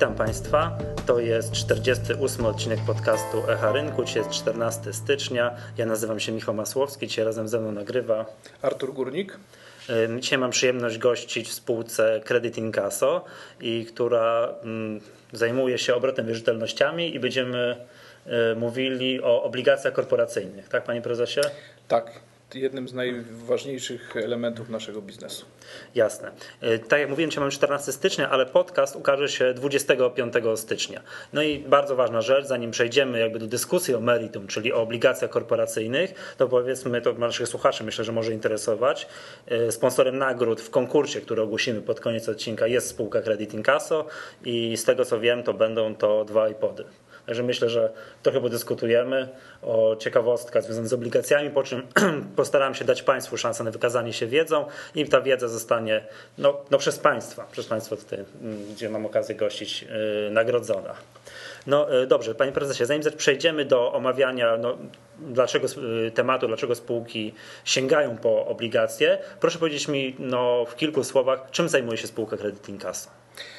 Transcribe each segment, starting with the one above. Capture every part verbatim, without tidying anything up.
Witam Państwa, to jest czterdziesty ósmy odcinek podcastu Echa Rynku, dzisiaj jest czternastego stycznia, ja nazywam się Michał Masłowski, dzisiaj razem ze mną nagrywa Artur Górnik. Dzisiaj mam przyjemność gościć w spółce Credit Incasso, i która mm, zajmuje się obrotem wierzytelnościami i będziemy y, mówili o obligacjach korporacyjnych, tak Panie Prezesie? Tak. Jednym z najważniejszych elementów naszego biznesu. Jasne. Tak jak mówiłem, dzisiaj mamy czternastego stycznia, ale podcast ukaże się dwudziestego piątego stycznia. No i bardzo ważna rzecz, zanim przejdziemy jakby do dyskusji o meritum, czyli o obligacjach korporacyjnych, to powiedzmy, to naszych słuchaczy myślę, że może interesować. Sponsorem nagród w konkursie, który ogłosimy pod koniec odcinka, jest spółka Credit Incasso i z tego co wiem, to będą to dwa iPody. Także myślę, że trochę podyskutujemy o ciekawostkach związanych z obligacjami, po czym postaram się dać Państwu szansę na wykazanie się wiedzą i ta wiedza zostanie no, no przez Państwa, przez Państwa tutaj, gdzie mam okazję gościć, yy, nagrodzona. No yy, dobrze, Panie Prezesie, zanim przejdziemy do omawiania no, dlaczego, yy, tematu, dlaczego spółki sięgają po obligacje, proszę powiedzieć mi no, w kilku słowach, czym zajmuje się spółka Credit Incasso?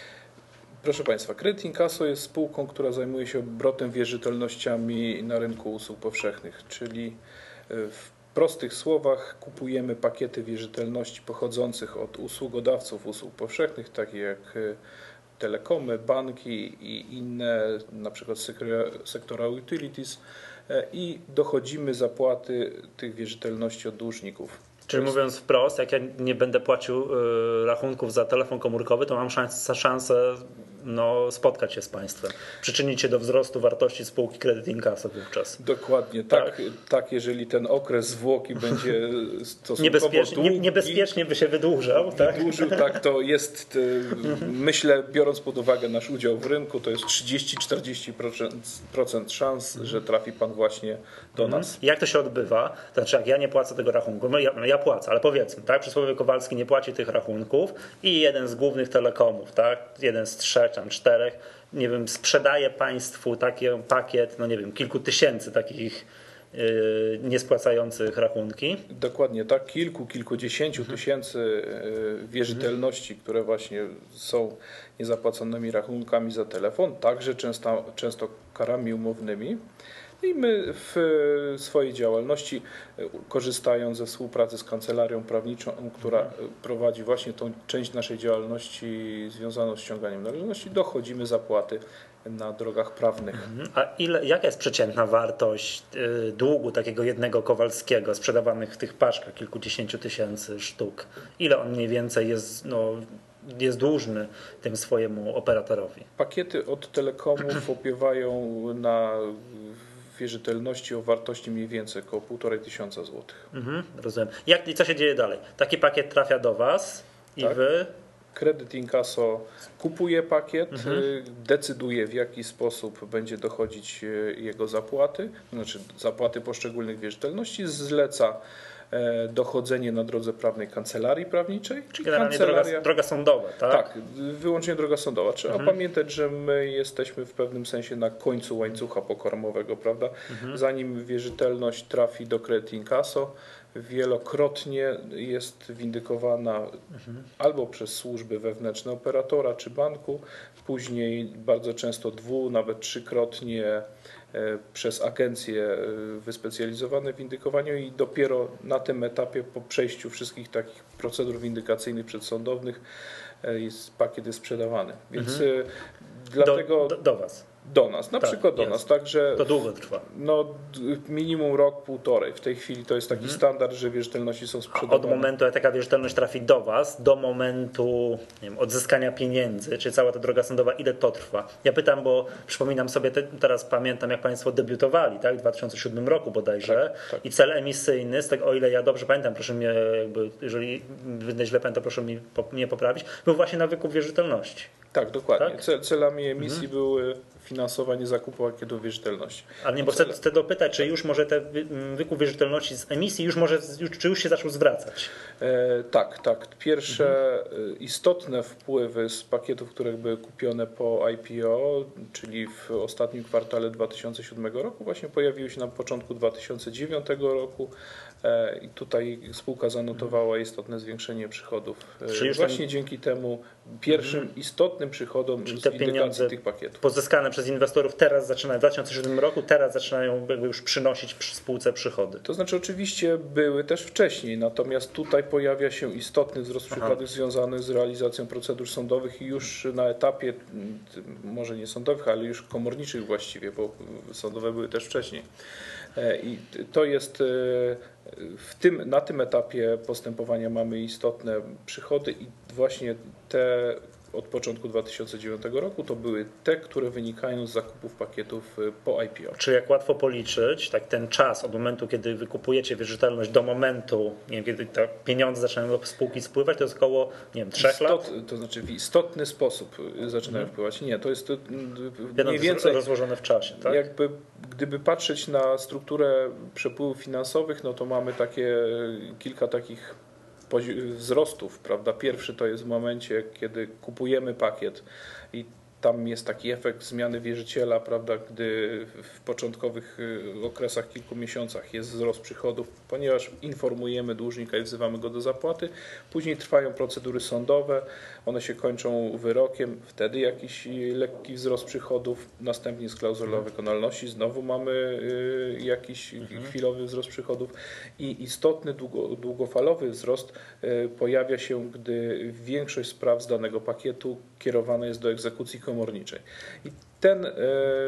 Proszę Państwa, Credit Incasso jest spółką, która zajmuje się obrotem wierzytelnościami na rynku usług powszechnych, czyli w prostych słowach kupujemy pakiety wierzytelności pochodzących od usługodawców usług powszechnych, takich jak telekomy, banki i inne, na przykład sektora utilities, i dochodzimy zapłaty tych wierzytelności od dłużników. Czyli mówiąc wprost, jak ja nie będę płacił rachunków za telefon komórkowy, to mam szansę, szansę no, spotkać się z Państwem, przyczynić się do wzrostu wartości spółki Credit Incasso wówczas. Dokładnie, tak, tak, tak jeżeli ten okres zwłoki będzie stosunkowo niebezpiecznie, długi, nie, niebezpiecznie by się wydłużał. Wydłużył, tak, tak, to jest, myślę, biorąc pod uwagę nasz udział w rynku, to jest trzydzieści do czterdziestu procent szans, że trafi Pan właśnie do mhm. nas. Jak to się odbywa? To znaczy, jak ja nie płacę tego rachunku, no ja, no ja płacę, ale powiedzmy, tak, przysłowiowy Kowalski nie płaci tych rachunków i jeden z głównych telekomów, tak, jeden z trzech, tam czterech, nie wiem, sprzedaje Państwu taki pakiet, no nie wiem, kilku tysięcy takich yy, niespłacających rachunki. Dokładnie tak, kilku, kilkudziesięciu mhm. tysięcy wierzytelności, mhm. które właśnie są niezapłaconymi rachunkami za telefon, także często, często karami umownymi. I my w swojej działalności, korzystając ze współpracy z kancelarią prawniczą, która prowadzi właśnie tą część naszej działalności związaną z ściąganiem należności, dochodzimy zapłaty na drogach prawnych. A ile, jaka jest przeciętna wartość długu takiego jednego Kowalskiego sprzedawanych w tych paczkach kilkudziesięciu tysięcy sztuk? Ile on mniej więcej jest no, jest dłużny tym swojemu operatorowi? Pakiety od telekomów opiewają na wierzytelności o wartości mniej więcej około półtorej tysiąca złotych. Mhm, rozumiem. Jak, i co się dzieje dalej? Taki pakiet trafia do Was i tak. Wy? Credit Incasso kupuje pakiet, mhm. decyduje w jaki sposób będzie dochodzić jego zapłaty, znaczy zapłaty poszczególnych wierzytelności, zleca dochodzenie na drodze prawnej kancelarii prawniczej. Czyli generalnie droga, droga sądowa, tak? Tak, wyłącznie droga sądowa. Trzeba mhm. pamiętać, że my jesteśmy w pewnym sensie na końcu łańcucha pokarmowego, prawda? Mhm. Zanim wierzytelność trafi do Credit Incasso, wielokrotnie jest windykowana mhm. albo przez służby wewnętrzne operatora czy banku, później bardzo często dwu, nawet trzykrotnie przez agencje wyspecjalizowane w windykowaniu i dopiero na tym etapie, po przejściu wszystkich takich procedur windykacyjnych przedsądownych, jest, pakiet jest sprzedawany. Więc mhm. dlatego... Do, do, do Was. Do nas, na tak, przykład do jest. nas. Także to długo trwa. No, minimum rok, półtorej. W tej chwili to jest taki mhm. standard, że wierzytelności są sprzedawane. Od momentu, jak taka wierzytelność trafi do Was, do momentu nie wiem, odzyskania pieniędzy, czy cała ta droga sądowa, ile to trwa? Ja pytam, bo przypominam sobie, te, teraz pamiętam, jak Państwo debiutowali, tak, w dwa tysiące siódmym roku bodajże, tak, tak. I cel emisyjny, z tego, o ile ja dobrze pamiętam, proszę mnie, jakby, jeżeli będę źle pamiętam, proszę mnie, mnie poprawić, był właśnie na wykup wierzytelności. Tak, dokładnie. Tak? Celami emisji mhm. były finansowanie zakupu pakietów wierzytelności. Ale nie, bo chcę, chcę dopytać, czy już może ten wykup wierzytelności z emisji już może, czy już się zaczął zwracać? E, tak, tak. Pierwsze mhm. istotne wpływy z pakietów, które były kupione po I P O, czyli w ostatnim kwartale dwa tysiące siódmego roku, właśnie pojawiły się na początku dwa tysiące dziewiątego roku. I tutaj spółka zanotowała istotne zwiększenie przychodów. Czyli właśnie ten... dzięki temu pierwszym mhm. istotnym realnym przychodom Czyli z te windykacji pieniądze tych pakietów. pozyskane przez inwestorów teraz zaczynają, w dwa tysiące siódmym roku, teraz zaczynają jakby już przynosić przy spółce przychody. To znaczy oczywiście były też wcześniej, natomiast tutaj pojawia się istotny wzrost przychodów związany z realizacją procedur sądowych i już na etapie, może nie sądowych, ale już komorniczych właściwie, bo sądowe były też wcześniej. I to jest w tym, na tym etapie postępowania mamy istotne przychody i właśnie te od początku dwa tysiące dziewiątego roku to były te, które wynikają z zakupów pakietów po I P O. Czy jak łatwo policzyć, tak ten czas od momentu, kiedy wykupujecie wierzytelność do momentu, nie wiem, kiedy te pieniądze zaczynają do spółki spływać, to jest około, nie wiem, trzech Istot, lat? To znaczy w istotny sposób zaczynają hmm. wpływać. Nie, to jest to mniej więcej rozłożone w czasie, tak? Jakby, gdyby patrzeć na strukturę przepływów finansowych, no to mamy takie kilka takich wzrostów, prawda? Pierwszy to jest w momencie, kiedy kupujemy pakiet i tam jest taki efekt zmiany wierzyciela, prawda, gdy w początkowych okresach, kilku miesiącach jest wzrost przychodów, ponieważ informujemy dłużnika i wzywamy go do zapłaty. Później trwają procedury sądowe, one się kończą wyrokiem, wtedy jakiś lekki wzrost przychodów, następnie jest klauzula wykonalności, znowu mamy jakiś mhm. chwilowy wzrost przychodów i istotny długo, długofalowy wzrost pojawia się, gdy większość spraw z danego pakietu kierowana jest do egzekucji komorniczej. I ten e,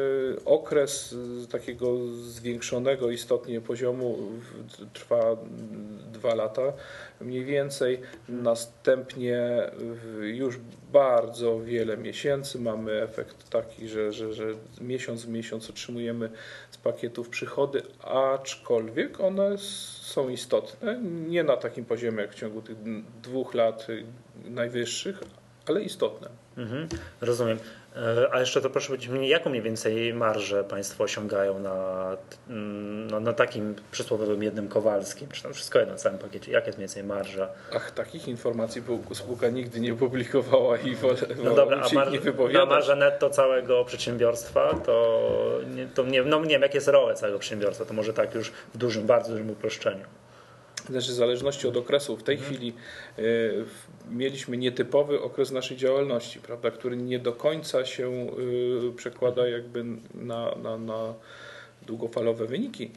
okres takiego zwiększonego istotnie poziomu trwa dwa lata mniej więcej. Następnie już bardzo wiele miesięcy mamy efekt taki, że, że, że miesiąc w miesiąc otrzymujemy z pakietów przychody, aczkolwiek one są istotne. Nie na takim poziomie jak w ciągu tych dwóch lat najwyższych, ale istotne. Mhm, rozumiem. A jeszcze to proszę powiedzieć mnie, jaką mniej więcej marżę Państwo osiągają na, na, na takim przysłowiowym jednym Kowalskim? Czy tam wszystko jedno w całym pakiecie? Jaka jest mniej więcej marża? Ach, takich informacji spółka nigdy nie publikowała i wolę, no dobra, się a mar- nie wypowiadać. Na marżę netto całego przedsiębiorstwa to, nie, to nie, no nie wiem, jak jest R O E całego przedsiębiorstwa, to może tak już w dużym, bardzo dużym uproszczeniu. Znaczy w zależności od okresu. W tej hmm. chwili y, mieliśmy nietypowy okres naszej działalności, prawda, który nie do końca się y, przekłada jakby na, na, na długofalowe wyniki.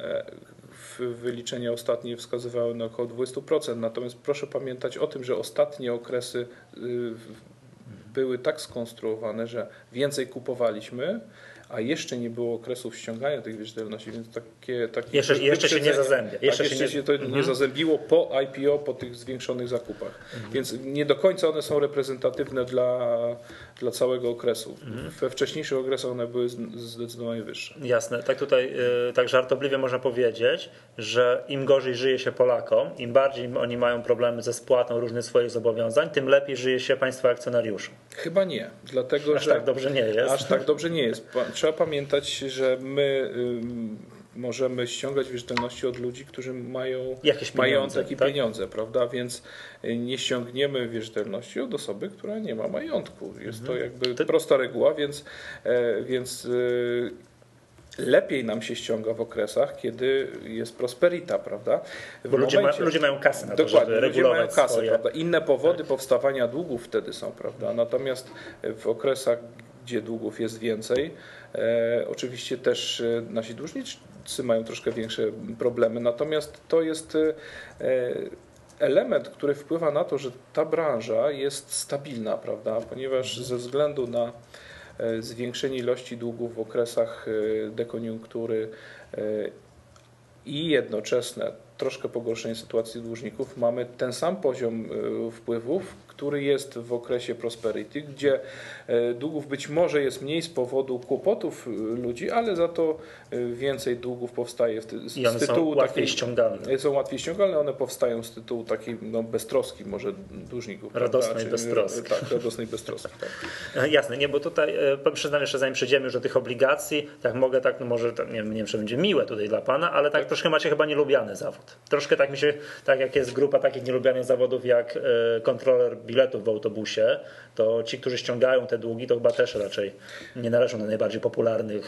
Wyliczenia ostatnie wskazywały na około dwadzieścia procent. Natomiast proszę pamiętać o tym, że ostatnie okresy y, były tak skonstruowane, że więcej kupowaliśmy, a jeszcze nie było okresów ściągania tych wierzytelności, więc takie, takie jeszcze, jeszcze się nie zazębia. Jeszcze, tak, się, jeszcze nie... się to mhm. nie zazębiło po I P O, po tych zwiększonych zakupach. Mhm. Więc nie do końca one są reprezentatywne dla, dla całego okresu. Mhm. We wcześniejszych okresach one były zdecydowanie wyższe. Jasne. Tak tutaj tak żartobliwie można powiedzieć, że im gorzej żyje się Polakom, im bardziej oni mają problemy ze spłatą różnych swoich zobowiązań, tym lepiej żyje się państwu akcjonariuszom. Chyba nie. Dlatego, aż że tak dobrze nie jest. Aż tak dobrze nie jest. Trzeba pamiętać, że my y, możemy ściągać wierzytelności od ludzi, którzy mają jakieś pieniądze, majątek i tak? pieniądze, prawda? Więc nie ściągniemy wierzytelności od osoby, która nie ma majątku. Jest mhm. to jakby Ty... prosta reguła, więc, e, więc y, lepiej nam się ściąga w okresach, kiedy jest prosperita, prawda? W Bo ludzie, momencie, ma, ludzie mają kasę na to, dokładnie, żeby regulować ludzie mają kasę, swoje... prawda? Inne powody tak. powstawania długów wtedy są, prawda? Natomiast w okresach, gdzie długów jest więcej, e, oczywiście też e, nasi dłużnicy mają troszkę większe problemy, natomiast to jest e, element, który wpływa na to, że ta branża jest stabilna, prawda? Ponieważ ze względu na zwiększenie ilości długów w okresach dekoniunktury i jednoczesne troszkę pogorszenie sytuacji dłużników, mamy ten sam poziom wpływów, który jest w okresie prosperity, gdzie długów być może jest mniej z powodu kłopotów ludzi, ale za to więcej długów powstaje z, I one z tytułu są łatwiej takiej, ściągalne. Są łatwiej ściągalne, one powstają z tytułu takiej no, beztroski może dłużników. Radosnej beztroski. Tak, radosnej beztroski. Tak. Jasne, nie, bo tutaj przyznam jeszcze, zanim przejdziemy już do tych obligacji, tak mogę, tak, no może, nie wiem, nie wiem, czy będzie miłe tutaj dla Pana, ale tak, tak troszkę macie chyba nielubiany zawód. Troszkę tak mi się, tak jak jest grupa takich nielubianych zawodów jak kontroler biletów w autobusie, to ci, którzy ściągają te długi, to chyba też raczej nie należą do najbardziej popularnych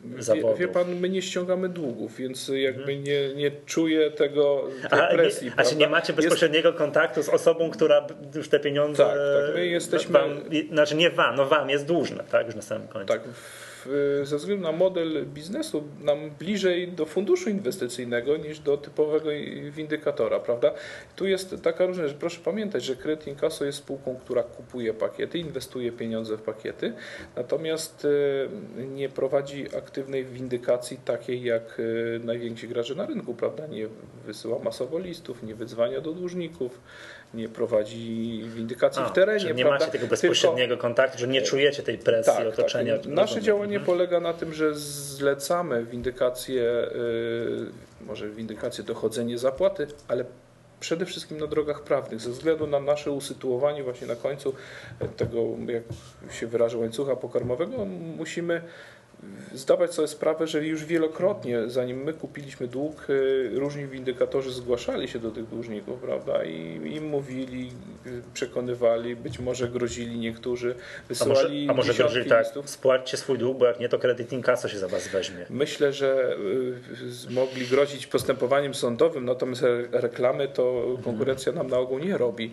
zawodów. Wie, wie pan, my nie ściągamy długów, więc jakby nie, nie czuję tego, tej a, presji. Nie, a czy nie macie bezpośredniego jest... kontaktu z osobą, która już te pieniądze tak, tak, my jesteśmy... wam, znaczy nie wam, no wam jest dłużna, tak, już na samym końcu. Tak. Ze względu na model biznesu nam bliżej do funduszu inwestycyjnego niż do typowego windykatora, prawda? Tu jest taka różnica, że proszę pamiętać, że Kredyt Inkasso jest spółką, która kupuje pakiety, inwestuje pieniądze w pakiety, natomiast nie prowadzi aktywnej windykacji takiej jak najwięksi gracze na rynku, prawda? Nie wysyła masowo listów, nie wyzwania do dłużników, nie prowadzi windykacji A, w terenie. Czyli nie prawda? macie tego bezpośredniego Tylko... kontaktu, że nie czujecie tej presji tak, otoczenia. Tak. Nasze działanie mhm. polega na tym, że zlecamy windykację, yy, może windykację, dochodzenie zapłaty, ale przede wszystkim na drogach prawnych, ze względu na nasze usytuowanie właśnie na końcu tego, jak się wyraża, łańcucha pokarmowego, musimy zdawać sobie sprawę, że już wielokrotnie, zanim my kupiliśmy dług, różni windykatorzy zgłaszali się do tych dłużników, prawda, i im mówili, przekonywali, być może grozili niektórzy, wysyłali A może, a może grozili tak, listów. Spłaćcie swój dług, bo jak nie, to Kredyt Inkasso się za was weźmie. Myślę, że mogli grozić postępowaniem sądowym, natomiast reklamy to konkurencja nam na ogół nie robi.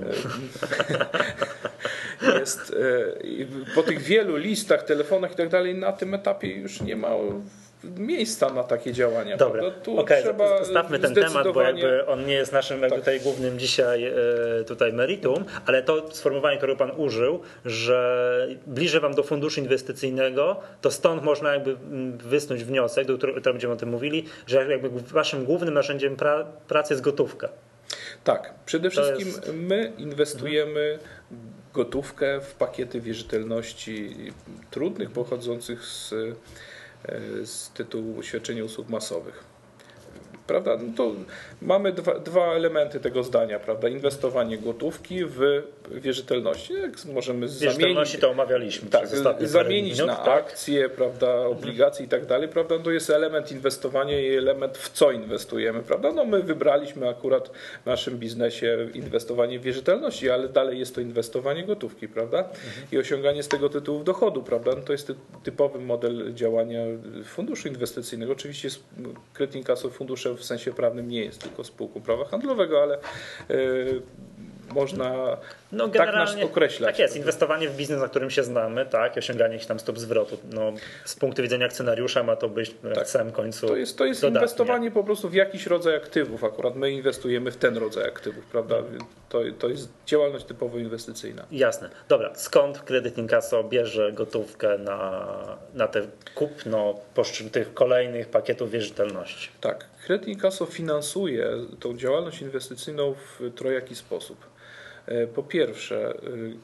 Jest, po tych wielu listach, telefonach i tak dalej, na tym etapie już nie ma miejsca na takie działania. Dobra, tu okay, trzeba zostawmy ten temat, bo jakby on nie jest naszym jakby tak. tutaj głównym dzisiaj e, tutaj meritum, ale to sformułowanie, które pan użył, że bliżej wam do funduszu inwestycyjnego, to stąd można jakby wysnuć wniosek, do którego będziemy o tym mówili, że jakby waszym głównym narzędziem pra, pracy jest gotówka. Tak, przede wszystkim jest... my inwestujemy gotówkę w pakiety wierzytelności trudnych, pochodzących z, z tytułu świadczenia usług masowych. Prawda? No to mamy dwa, dwa elementy tego zdania, prawda? Inwestowanie gotówki w wierzytelności. Jak możemy wierzytelności to omawialiśmy. Tak, zamienić minut, na tak? akcje, prawda, obligacje i tak dalej, prawda? To jest element inwestowania i element w co inwestujemy, prawda? No my wybraliśmy akurat w naszym biznesie inwestowanie w wierzytelności, ale dalej jest to inwestowanie gotówki, prawda? Mhm. I osiąganie z tego tytułu dochodu, prawda? No to jest typowy model działania funduszu inwestycyjnego. Oczywiście Kredyt Inkasso fundusze w sensie prawnym nie jest tylko spółką prawa handlowego, ale yy, można no, tak nas określać. Tak jest, inwestowanie w biznes, na którym się znamy, tak, osiąganie jakichś tam stóp zwrotu. No, z punktu widzenia akcjonariusza ma to być tak. w samym końcu To jest, to jest inwestowanie po prostu w jakiś rodzaj aktywów. Akurat my inwestujemy w ten rodzaj aktywów, prawda? To, to jest działalność typowo inwestycyjna. Jasne. Dobra, skąd Kredyt Inkasso bierze gotówkę na, na te kupno tych kolejnych pakietów wierzytelności? Tak, Kredyt Inkasso finansuje tą działalność inwestycyjną w trojaki sposób. Po pierwsze,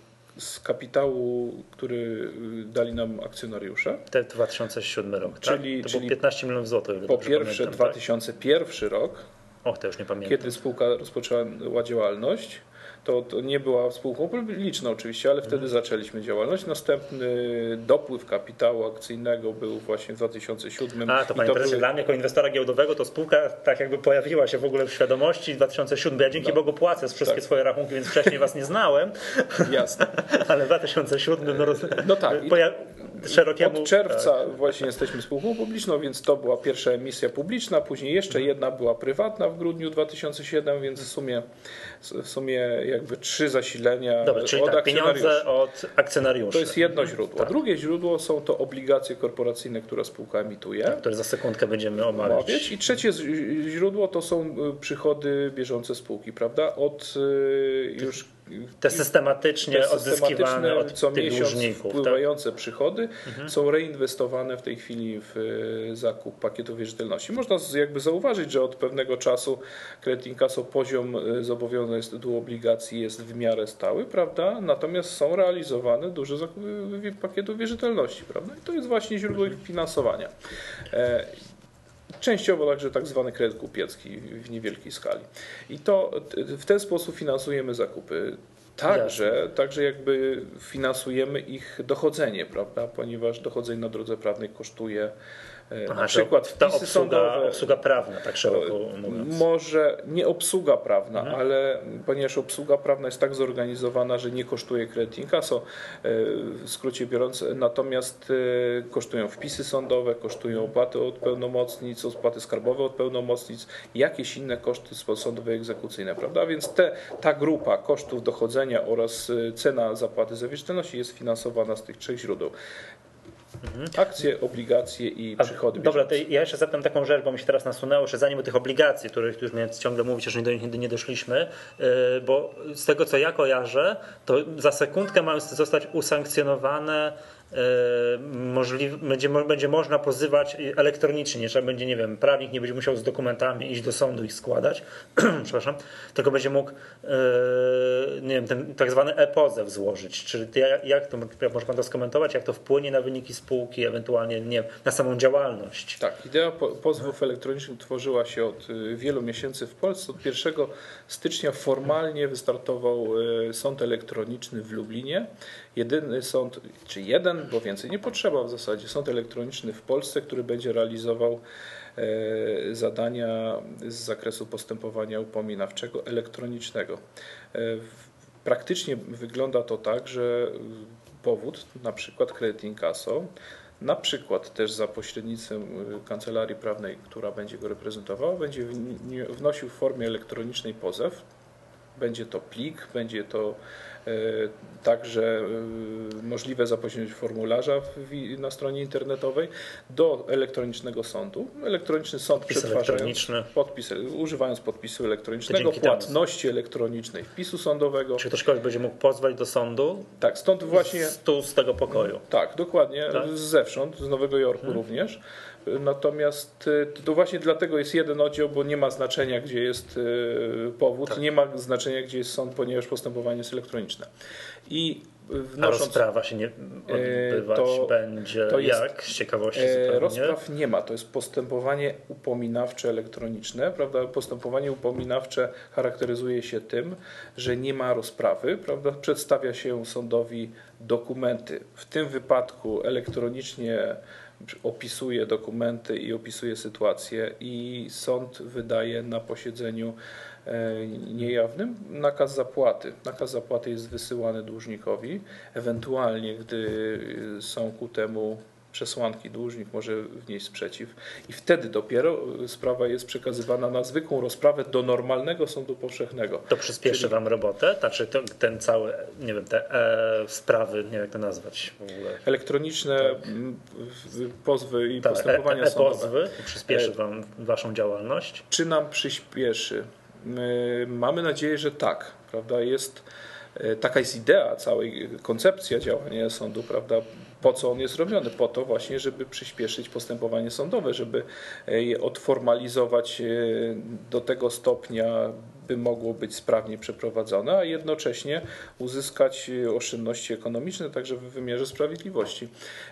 z kapitału, który dali nam akcjonariusze. Te dwa tysiące siódmy rok, czyli, tak? To czyli było piętnaście milionów złotych. Po pierwsze pamiętam, dwa tysiące pierwszy tak? rok, Och, to już nie pamiętam. kiedy spółka rozpoczęła działalność. To, to nie była spółką publiczną oczywiście, ale wtedy mhm. zaczęliśmy działalność. Następny dopływ kapitału akcyjnego był właśnie w dwa tysiące siódmym. A, to panie prezesie, były... dla mnie jako inwestora giełdowego to spółka tak jakby pojawiła się w ogóle w świadomości w dwa tysiące siódmym. Ja dzięki no. Bogu płacę z wszystkie tak. swoje rachunki, więc wcześniej was nie znałem. Jasne. Ale w dwa tysiące siódmym no, roz... no tak. Poja... szerokiemu... Od czerwca tak. właśnie jesteśmy spółką publiczną, więc to była pierwsza emisja publiczna, później jeszcze jedna była prywatna w grudniu dwa tysiące siódmym, więc w sumie, w sumie jakby trzy zasilenia. Dobra, czyli od tak, pieniądze od akcjonariuszy. To jest jedno źródło. Tak. Drugie źródło są to obligacje korporacyjne, które spółka emituje. Tak, które za sekundkę będziemy omawiać. I trzecie źródło to są przychody bieżące spółki, prawda? Od już te systematycznie te odzyskiwane od co tych miesiąc dłużników, wpływające tak? przychody mhm. są reinwestowane w tej chwili w zakup pakietów wierzytelności. Można jakby zauważyć, że od pewnego czasu Kredyt Inkasso poziom zobowiązań z tytułu obligacji jest w miarę stały, prawda? Natomiast są realizowane duże zakupy pakietów wierzytelności, prawda? I to jest właśnie źródło ich finansowania. Częściowo także tak zwany kredyt kupiecki w niewielkiej skali. I to w ten sposób finansujemy zakupy. Także, także jakby finansujemy ich dochodzenie, prawda? Ponieważ dochodzenie na drodze prawnej kosztuje Aha, na przykład ta wpisy obsługa, sądowe. obsługa prawna, tak szeroko mówiąc. Może nie obsługa prawna, Mhm. ale ponieważ obsługa prawna jest tak zorganizowana, że nie kosztuje kredyt inkasso, w skrócie biorąc, natomiast kosztują wpisy sądowe, kosztują opłaty od pełnomocnic, opłaty skarbowe od pełnomocnic, jakieś inne koszty sądowe egzekucyjne, prawda? Więc te, ta grupa kosztów dochodzenia oraz cena zapłaty za wierzytelności jest finansowana z tych trzech źródeł. Mhm. Akcje, obligacje i A, przychody dobra, bieżące. to ja jeszcze zapytam taką rzecz, bo mi się teraz nasunęło, że zanim o tych obligacji, których już ciągle mówicie, że do nich nigdy nie doszliśmy, yy, bo z tego co ja kojarzę, to za sekundkę mają zostać usankcjonowane. Możliwe, będzie, będzie można pozywać elektronicznie, nie trzeba będzie, nie wiem, prawnik nie będzie musiał z dokumentami iść do sądu ich składać, przepraszam, tylko będzie mógł nie wiem, ten tak zwany e-pozew złożyć. Czy jak to, może pan to skomentować, jak to wpłynie na wyniki spółki, ewentualnie nie wiem, na samą działalność? Tak, idea pozwów elektronicznych tworzyła się od wielu miesięcy w Polsce. Od pierwszego stycznia formalnie wystartował sąd elektroniczny w Lublinie. Jedyny sąd, czy jeden, bo więcej nie potrzeba w zasadzie, sąd elektroniczny w Polsce, który będzie realizował zadania z zakresu postępowania upominawczego elektronicznego. Praktycznie wygląda to tak, że powód, na przykład kredyt inkasso, na przykład też za pośrednictwem kancelarii prawnej, która będzie go reprezentowała, będzie wnosił w formie elektronicznej pozew. Będzie to plik, będzie to także możliwe zapośrednictwem formularza na stronie internetowej do elektronicznego sądu. Elektroniczny sąd przetwarzając podpis, używając podpisu elektronicznego, płatności elektronicznej, wpisu sądowego. Czy ktoś kogoś będzie mógł pozwać do sądu? Tak, stąd właśnie. Z, tu, z tego pokoju. Tak, dokładnie, tak? Zewsząd, z Nowego Jorku hmm. również. Natomiast to właśnie dlatego jest jeden oddział, bo nie ma znaczenia, gdzie jest powód, tak. Nie ma znaczenia, gdzie jest sąd, ponieważ postępowanie jest elektroniczne. I wnosząc, a rozprawa się nie odbywać to, będzie to jest, jak? Z ciekawości zupełnie. Rozpraw nie ma, to jest postępowanie upominawcze elektroniczne. Prawda? Postępowanie upominawcze charakteryzuje się tym, że nie ma rozprawy. Prawda? Przedstawia się sądowi dokumenty. W tym wypadku elektronicznie opisuje dokumenty i opisuje sytuację i sąd wydaje na posiedzeniu niejawnym nakaz zapłaty. Nakaz zapłaty jest wysyłany dłużnikowi. Ewentualnie, gdy są ku temu przesłanki, dłużnik może wnieść sprzeciw i wtedy dopiero sprawa jest przekazywana na zwykłą rozprawę do normalnego sądu powszechnego. To przyspieszy Czyli... wam robotę? Znaczy to, ten cały, nie wiem, te e, sprawy, nie wiem jak to nazwać w ogóle. Elektroniczne tak. pozwy i tak, postępowania e, e, sądowe. Pozwy przyspieszy wam waszą działalność? Czy nam przyspieszy? My mamy nadzieję, że tak. Prawda? Jest, taka jest idea całej, koncepcja działania sądu, prawda? Po co on jest robiony? Po to właśnie, żeby przyspieszyć postępowanie sądowe, żeby je odformalizować do tego stopnia, by mogło być sprawnie przeprowadzone, a jednocześnie uzyskać oszczędności ekonomiczne także w wymiarze sprawiedliwości.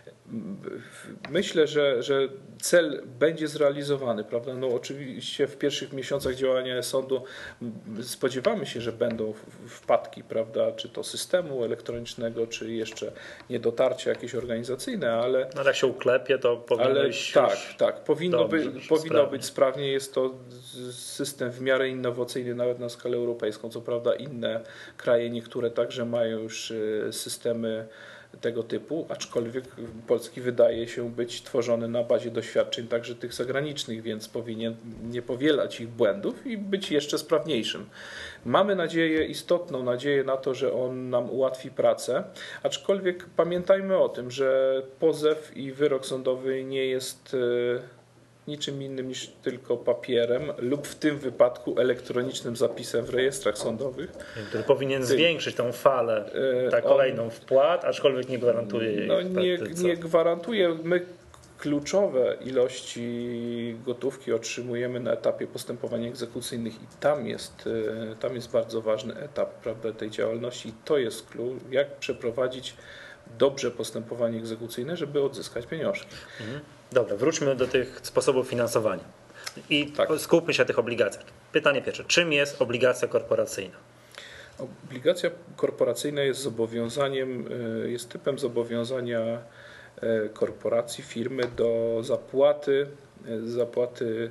Myślę, że, że cel będzie zrealizowany, prawda? No oczywiście w pierwszych miesiącach działania sądu spodziewamy się, że będą wpadki, prawda? Czy to systemu elektronicznego, czy jeszcze niedotarcia jakieś organizacyjne, ale... No, ale jak się uklepie, to powinno ale być tak, tak, powinno, dobrze, by, powinno sprawnie. być sprawnie. Jest to system w miarę innowacyjny, nawet na skalę europejską. Co prawda inne kraje, niektóre także mają już systemy tego typu, aczkolwiek polski wydaje się być tworzony na bazie doświadczeń także tych zagranicznych, więc powinien nie powielać ich błędów i być jeszcze sprawniejszym. Mamy nadzieję, istotną nadzieję na to, że on nam ułatwi pracę, aczkolwiek pamiętajmy o tym, że pozew i wyrok sądowy nie jest niczym innym niż tylko papierem lub w tym wypadku elektronicznym zapisem w rejestrach sądowych. Który powinien Ty, zwiększyć tą falę, ta kolejną on, wpłat, aczkolwiek nie gwarantuje jej. No nie, nie gwarantuje. My kluczowe ilości gotówki otrzymujemy na etapie postępowań egzekucyjnych i tam jest, tam jest bardzo ważny etap, prawda, tej działalności. I to jest klucz, jak przeprowadzić dobrze postępowanie egzekucyjne, żeby odzyskać pieniążki. Mhm. Dobra, wróćmy do tych sposobów finansowania i tak. skupmy się na tych obligacjach. Pytanie pierwsze, czym jest obligacja korporacyjna? Obligacja korporacyjna jest zobowiązaniem, jest typem zobowiązania korporacji, firmy do zapłaty, zapłaty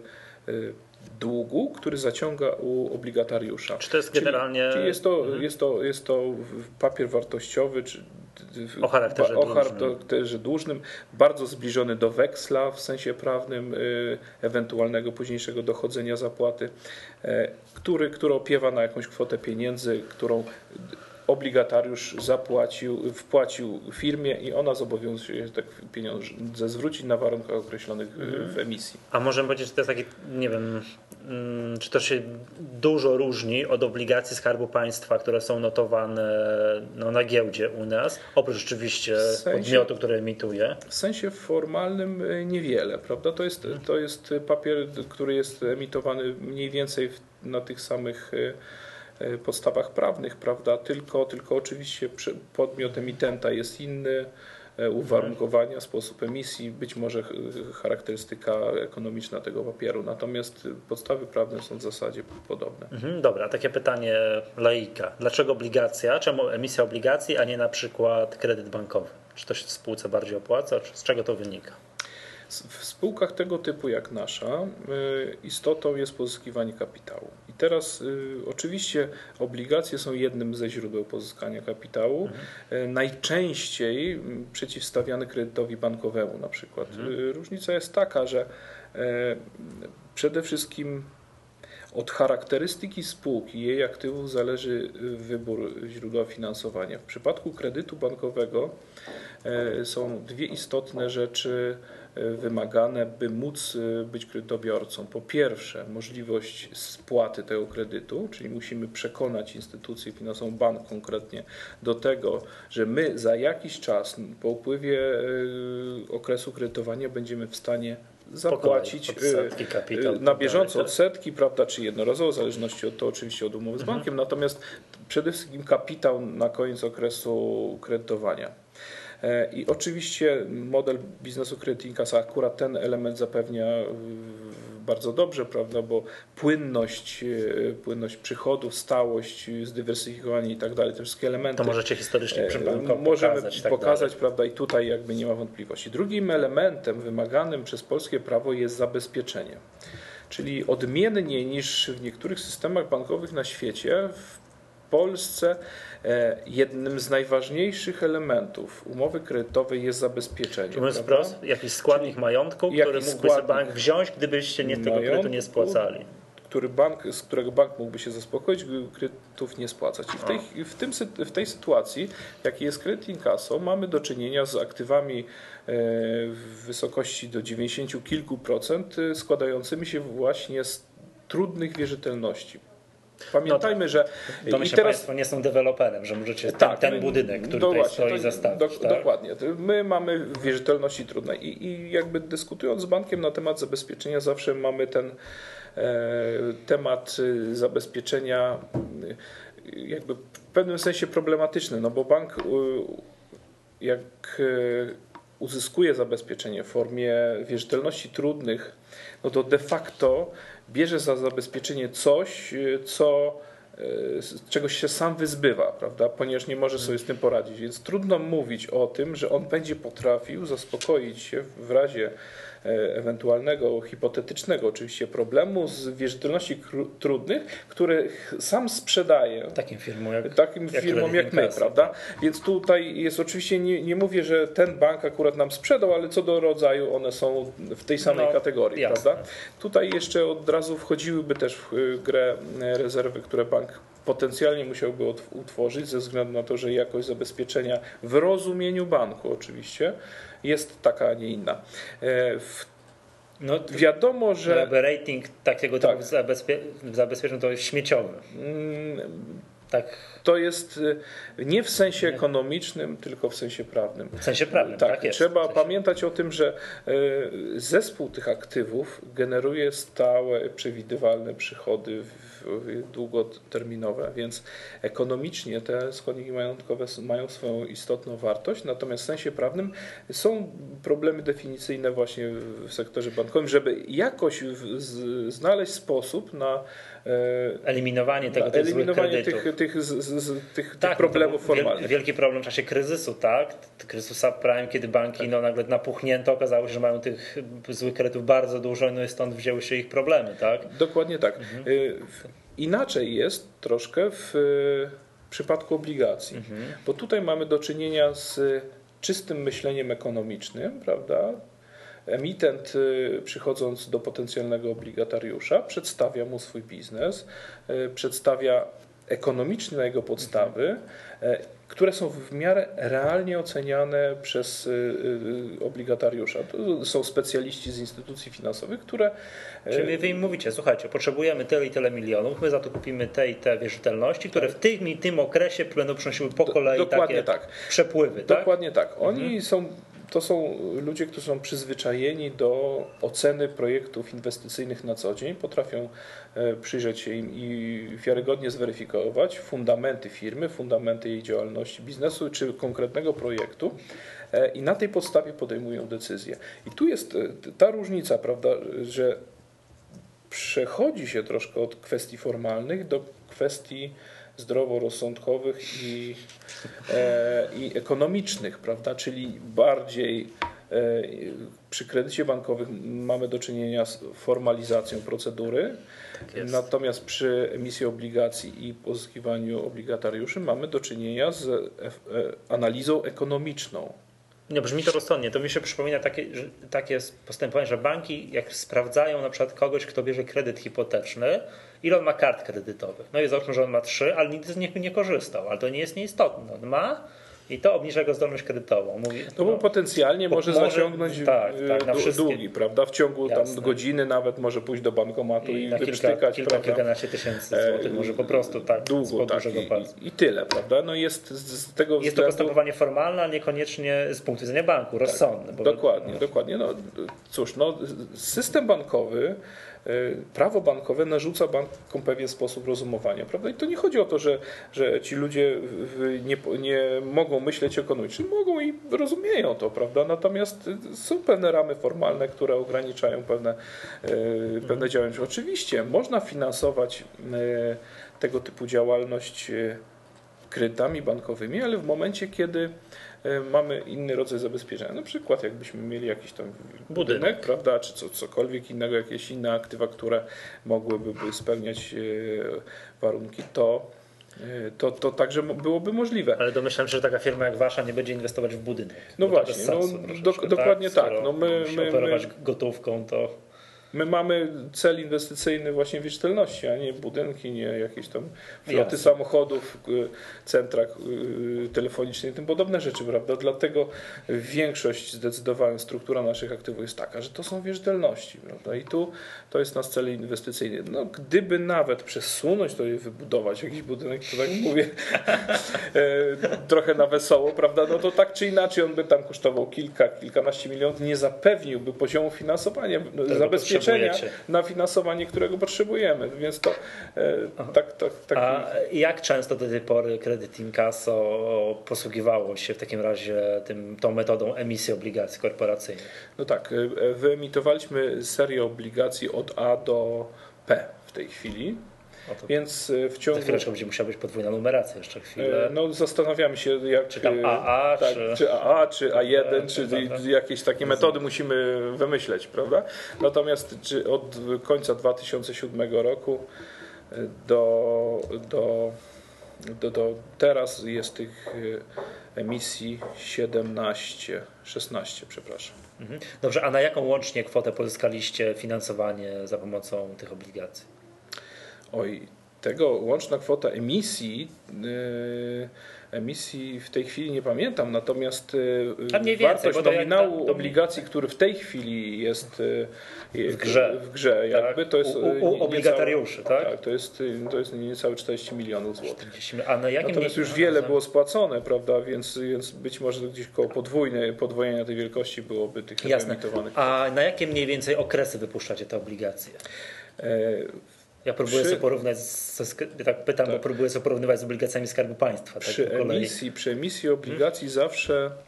długu, który zaciąga u obligatariusza. Czy to jest generalnie... Czyli, czyli jest, to, mhm. jest, to, jest to papier wartościowy, czy o charakterze, o charakterze dłużnym, bardzo zbliżony do weksla w sensie prawnym, ewentualnego późniejszego dochodzenia zapłaty, który, który opiewa na jakąś kwotę pieniędzy, którą obligatariusz zapłacił, wpłacił firmie i ona zobowiązuje się tak pieniądze zwrócić na warunkach określonych mhm. w emisji. A możemy powiedzieć, że to jest taki, nie wiem, czy to się dużo różni od obligacji Skarbu Państwa, które są notowane no, na giełdzie u nas, oprócz oczywiście sensie, podmiotu, który emituje? W sensie formalnym niewiele, prawda? To jest, to jest papier, który jest emitowany mniej więcej na tych samych podstawach prawnych, prawda? Tylko, tylko oczywiście podmiot emitenta jest inny, uwarunkowania, sposób emisji, być może charakterystyka ekonomiczna tego papieru, natomiast podstawy prawne są w zasadzie podobne. Mhm, dobra, takie pytanie laika. Dlaczego obligacja, czemu emisja obligacji, a nie na przykład kredyt bankowy? Czy to się w spółce bardziej opłaca, czy z czego to wynika? W spółkach tego typu jak nasza istotą jest pozyskiwanie kapitału. I teraz y, oczywiście obligacje są jednym ze źródeł pozyskania kapitału, mhm. najczęściej przeciwstawiane kredytowi bankowemu na przykład. Mhm. Różnica jest taka, że y, przede wszystkim od charakterystyki spółki, jej aktywów zależy wybór źródła finansowania. W przypadku kredytu bankowego y, są dwie istotne rzeczy wymagane, by móc być kredytobiorcą. Po pierwsze, możliwość spłaty tego kredytu, czyli musimy przekonać instytucję finansową, bank konkretnie, do tego, że my za jakiś czas, po upływie okresu kredytowania, będziemy w stanie zapłacić odsetki, kapitał, na bieżąco odsetki, prawda, czy jednorazowo, w zależności od to oczywiście od umowy z bankiem, mhm. natomiast przede wszystkim kapitał na koniec okresu kredytowania. I oczywiście model biznesu Credit Incasa akurat ten element zapewnia bardzo dobrze, prawda, bo płynność, płynność przychodów, stałość, zdywersyfikowanie i tak dalej, te wszystkie elementy. To możecie historycznie przy banku możemy pokazać, pokazać, tak prawda, i tutaj jakby nie ma wątpliwości. Drugim elementem wymaganym przez polskie prawo jest zabezpieczenie. Czyli odmiennie niż w niektórych systemach bankowych na świecie, w Polsce jednym z najważniejszych elementów umowy kredytowej jest zabezpieczenie. Mówiąc wprost, jakiś składnik Czyli majątku, który mógłby sobie bank wziąć, gdybyście nie tego kredytu nie spłacali. Który bank, z którego bank mógłby się zaspokoić, gdyby kredytów nie spłacać. I w tej, w tym, w tej sytuacji, jaki jest Credit Incasso, mamy do czynienia z aktywami w wysokości do dziewięćdziesięciu kilku procent składającymi się właśnie z trudnych wierzytelności. Pamiętajmy, no tak. że... Domyślam, i teraz Państwo nie są deweloperem, że możecie tak, ten, ten budynek, który no tutaj właśnie, stoi, zastawić. Do, tak? Dokładnie. My mamy wierzytelności trudne i, i jakby dyskutując z bankiem na temat zabezpieczenia zawsze mamy ten e, temat zabezpieczenia e, jakby w pewnym sensie problematyczny, no bo bank e, jak e, uzyskuje zabezpieczenie w formie wierzytelności trudnych, no to de facto bierze za zabezpieczenie coś, co, z czegoś się sam wyzbywa, prawda? Ponieważ nie może sobie z tym poradzić. Więc trudno mówić o tym, że on będzie potrafił zaspokoić się w razie ewentualnego, hipotetycznego oczywiście problemu z wierzytelności trudnych, które sam sprzedaje takim firmom jak, takim jak, firmom jak my, prawda? Więc tutaj jest oczywiście, nie, nie mówię, że ten bank akurat nam sprzedał, ale co do rodzaju one są w tej samej no, kategorii, jasne. Prawda? Tutaj jeszcze od razu wchodziłyby też w grę rezerwy, które bank potencjalnie musiałby utworzyć ze względu na to, że jakość zabezpieczenia w rozumieniu banku oczywiście jest taka, a nie inna. W No, wiadomo, że rating takiego tak. typu zabezpie... zabezpieczeń to jest śmieciowy. Tak. To jest nie w sensie ekonomicznym, tylko w sensie prawnym. W sensie prawnym, tak, tak jest. Trzeba sensie... pamiętać o tym, że zespół tych aktywów generuje stałe, przewidywalne przychody długoterminowe, więc ekonomicznie te składniki majątkowe mają swoją istotną wartość, natomiast w sensie prawnym są problemy definicyjne właśnie w sektorze bankowym, żeby jakoś znaleźć sposób na eliminowanie tego tych eliminowanie złych tych, tych, z, z, tych, tak, tych problemów no formalnych. Wielki problem w czasie kryzysu, tak? Kryzysu subprime, kiedy banki tak. no, nagle napuchnięto, okazało się, że mają tych złych kredytów bardzo dużo, no i stąd wzięły się ich problemy, tak? Dokładnie tak. Mhm. Inaczej jest troszkę w przypadku obligacji, mhm. bo tutaj mamy do czynienia z czystym myśleniem ekonomicznym, prawda? Emitent, przychodząc do potencjalnego obligatariusza, przedstawia mu swój biznes, przedstawia ekonomiczne jego podstawy, które są w miarę realnie oceniane przez obligatariusza. To są specjaliści z instytucji finansowych, które... Czyli wy im mówicie, słuchajcie, potrzebujemy tyle i tyle milionów, my za to kupimy te i te wierzytelności, które w tym i tym okresie będą przynosiły po kolei Dokładnie takie tak. przepływy. Tak? Dokładnie tak. Oni mhm. są... To są ludzie, którzy są przyzwyczajeni do oceny projektów inwestycyjnych na co dzień, potrafią przyjrzeć się im i wiarygodnie zweryfikować fundamenty firmy, fundamenty jej działalności biznesu czy konkretnego projektu i na tej podstawie podejmują decyzje. I tu jest ta różnica, prawda, że przechodzi się troszkę od kwestii formalnych do kwestii zdroworozsądkowych i, e, i ekonomicznych, prawda? Czyli bardziej e, przy kredycie bankowym mamy do czynienia z formalizacją procedury, tak natomiast przy emisji obligacji i pozyskiwaniu obligatariuszy mamy do czynienia z e, analizą ekonomiczną. Nie, brzmi to rozsądnie. To mi się przypomina takie, że, takie postępowanie, że banki jak sprawdzają na przykład kogoś, kto bierze kredyt hipoteczny, ile on ma kart kredytowych. No i załóżmy, że on ma trzy, ale nigdy z nich nie korzystał, ale to nie jest nieistotne. On ma i to obniża jego zdolność kredytową. Mówi, no bo no, potencjalnie bo może, może zaciągnąć tak, tak, na długi, prawda? W ciągu tam godziny nawet może pójść do bankomatu i, i na kilka, kilka, kilkanaście tysięcy złotych, może po prostu tak długo, tak, i, i tyle, prawda? No jest z tego jest względu... to postępowanie formalne, a niekoniecznie z punktu widzenia banku, rozsądne. Tak, bo dokładnie, no. dokładnie. No, cóż, no, system bankowy, prawo bankowe narzuca bankom pewien sposób rozumowania, prawda? I to nie chodzi o to, że, że ci ludzie nie, nie mogą myśleć ekonomicznie, mogą i rozumieją to, prawda? Natomiast są pewne ramy formalne, które ograniczają pewne, pewne działania. Oczywiście można finansować tego typu działalność kredytami bankowymi, ale w momencie, kiedy mamy inny rodzaj zabezpieczenia. Na przykład jakbyśmy mieli jakiś tam budynek, budynek prawda, czy co, cokolwiek innego, jakieś inne aktywa, które mogłyby spełniać warunki, to, to, to także byłoby możliwe. Ale domyślam się, że taka firma jak wasza nie będzie inwestować w budynek. No właśnie, sensu, no, do, dokładnie tak. tak. No my, my, operować my, gotówką, to... My mamy cel inwestycyjny właśnie wierzytelności, a nie budynki, nie jakieś tam floty samochodów, centra telefoniczne i tym podobne rzeczy, prawda? Dlatego większość, zdecydowana struktura naszych aktywów jest taka, że to są wierzytelności, prawda? I tu to jest nasz cel inwestycyjny. No, gdyby nawet przesunąć to i wybudować jakiś budynek, to tak mówię, trochę na wesoło, prawda? No to tak czy inaczej on by tam kosztował kilka, kilkanaście milionów, nie zapewniłby poziomu finansowania, zabezpieczenia na finansowanie, którego potrzebujemy, więc to e, tak, tak, tak. A jak często do tej pory kredyt inkasso posługiwało się w takim razie tym, tą metodą emisji obligacji korporacyjnych? No tak, wyemitowaliśmy serię obligacji od A do P w tej chwili. No to więc w ciągu... Za chwileczkę będzie musiała być podwójna numeracja jeszcze chwilę. No zastanawiamy się jak... Czy tam A A, tak, czy... czy A A, czy A jeden, czy jakieś takie metody musimy wymyśleć, prawda? Natomiast czy od końca dwa tysiące siódmego roku do, do, do, do teraz jest tych emisji siedemnaście, szesnaście, przepraszam. Dobrze, a na jaką łącznie kwotę pozyskaliście finansowanie za pomocą tych obligacji? Oj, tego łączna kwota emisji, yy, emisji w tej chwili nie pamiętam, natomiast yy, wartość nominału jak, to, obligacji, to... który w tej chwili jest yy, w grze, w grze jakby, tak? to jest u, u, u obligatariuszy, niecałe, tak? tak? To jest, to jest niecałe czterdzieści milionów złotych. A na jakim natomiast już wiele było spłacone, prawda, więc, więc być może gdzieś koło podwójne, podwojenia tej wielkości byłoby tych emitowanych. A na jakie mniej więcej okresy wypuszczacie te obligacje? Yy, Ja próbuję przy, sobie porównać, z, tak pytam, tak. bo próbuję sobie porównywać z obligacjami Skarbu Państwa. Przy, tak, emisji, przy emisji obligacji hmm. zawsze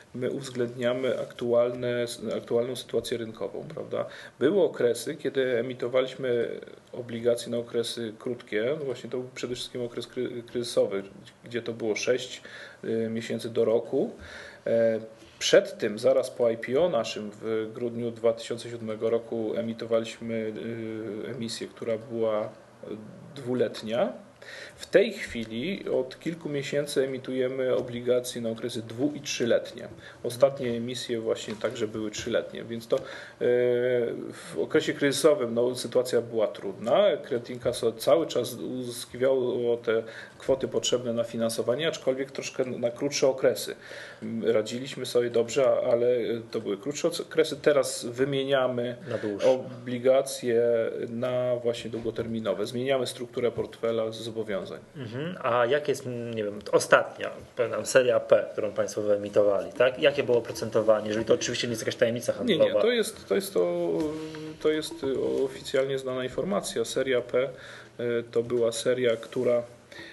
my uwzględniamy aktualne, aktualną sytuację rynkową, prawda? Były okresy, kiedy emitowaliśmy obligacje na okresy krótkie, no właśnie to był przede wszystkim okres kryzysowy, gdzie to było sześć miesięcy do roku. Przed tym, zaraz po I P O naszym w grudniu dwa tysiące siódmego roku emitowaliśmy emisję, która była dwuletnia. W tej chwili od kilku miesięcy emitujemy obligacje na okresy dwu- i trzyletnie. Ostatnie emisje właśnie także były trzyletnie, więc to w okresie kryzysowym no, sytuacja była trudna. Credit Incasso cały czas uzyskiwało te kwoty potrzebne na finansowanie, aczkolwiek troszkę na krótsze okresy. Radziliśmy sobie dobrze, ale to były krótsze okresy. Teraz wymieniamy obligacje na właśnie długoterminowe. Zmieniamy strukturę portfela z zobowiązań. Mhm. A jak jest, nie wiem, ostatnia seria P, którą Państwo wyemitowali, tak? Jakie było oprocentowanie, jeżeli to oczywiście nie jest jakaś tajemnica handlowa? Nie, nie, to jest to, jest to, to jest oficjalnie znana informacja. Seria P to była seria, która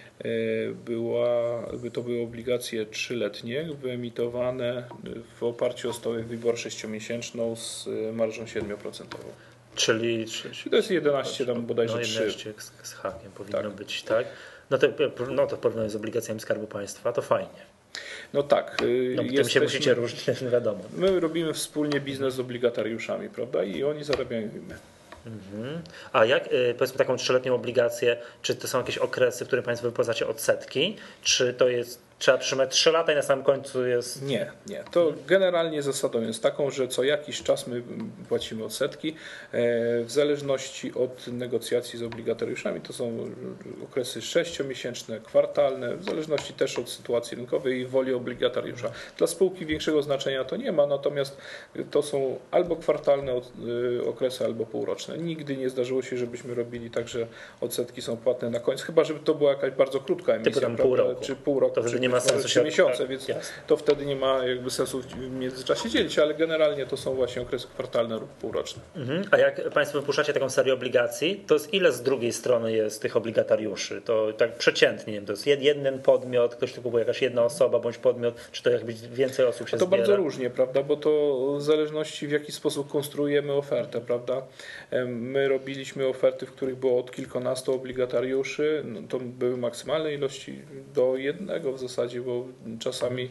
była, to były obligacje trzyletnie wyemitowane w oparciu o stałe WIBOR sześciomiesięczną z marżą siedem procent. Czyli, to jest jedenaście tam bodajże no, jedenaście trzy. z hakiem powinno tak. być, tak? No to, no to porównanie z obligacjami Skarbu Państwa, to fajnie. No tak. No, jesteśmy, tym się musicie różnić, wiadomo. My robimy wspólnie biznes z obligatariuszami, prawda? I oni zarabiają i my. Mhm. A jak, powiedzmy, taką trzyletnią obligację, czy to są jakieś okresy, w których Państwo wypłacacie odsetki, czy to jest, trzeba trzymać trzy lata i na samym końcu jest... Nie, nie. To generalnie zasadą jest taką, że co jakiś czas my płacimy odsetki w zależności od negocjacji z obligatariuszami. To są okresy sześciomiesięczne, kwartalne, w zależności też od sytuacji rynkowej i woli obligatariusza. Dla spółki większego znaczenia to nie ma, natomiast to są albo kwartalne okresy, albo półroczne. Nigdy nie zdarzyło się, żebyśmy robili tak, że odsetki są płatne na końcu, chyba żeby to była jakaś bardzo krótka emisja, tam pół roku. czy pół roku, to czy nie ma sensu trzy miesiące, tak, więc jasne. to wtedy nie ma jakby sensu w międzyczasie dzielić, ale generalnie to są właśnie okresy kwartalne lub półroczne. Mhm. A jak Państwo wypuszczacie taką serię obligacji, to z ile z drugiej strony jest tych obligatariuszy? To tak przeciętnie, nie wiem, to jest jeden podmiot, ktoś tu kupuje, jakaś jedna osoba bądź podmiot, czy to jakby więcej osób się A to zbiera? bardzo różnie, prawda, bo to w zależności w jaki sposób konstruujemy ofertę, prawda. My robiliśmy oferty, w których było od kilkunastu obligatariuszy, no to były maksymalne ilości do jednego w zasadzie, bo czasami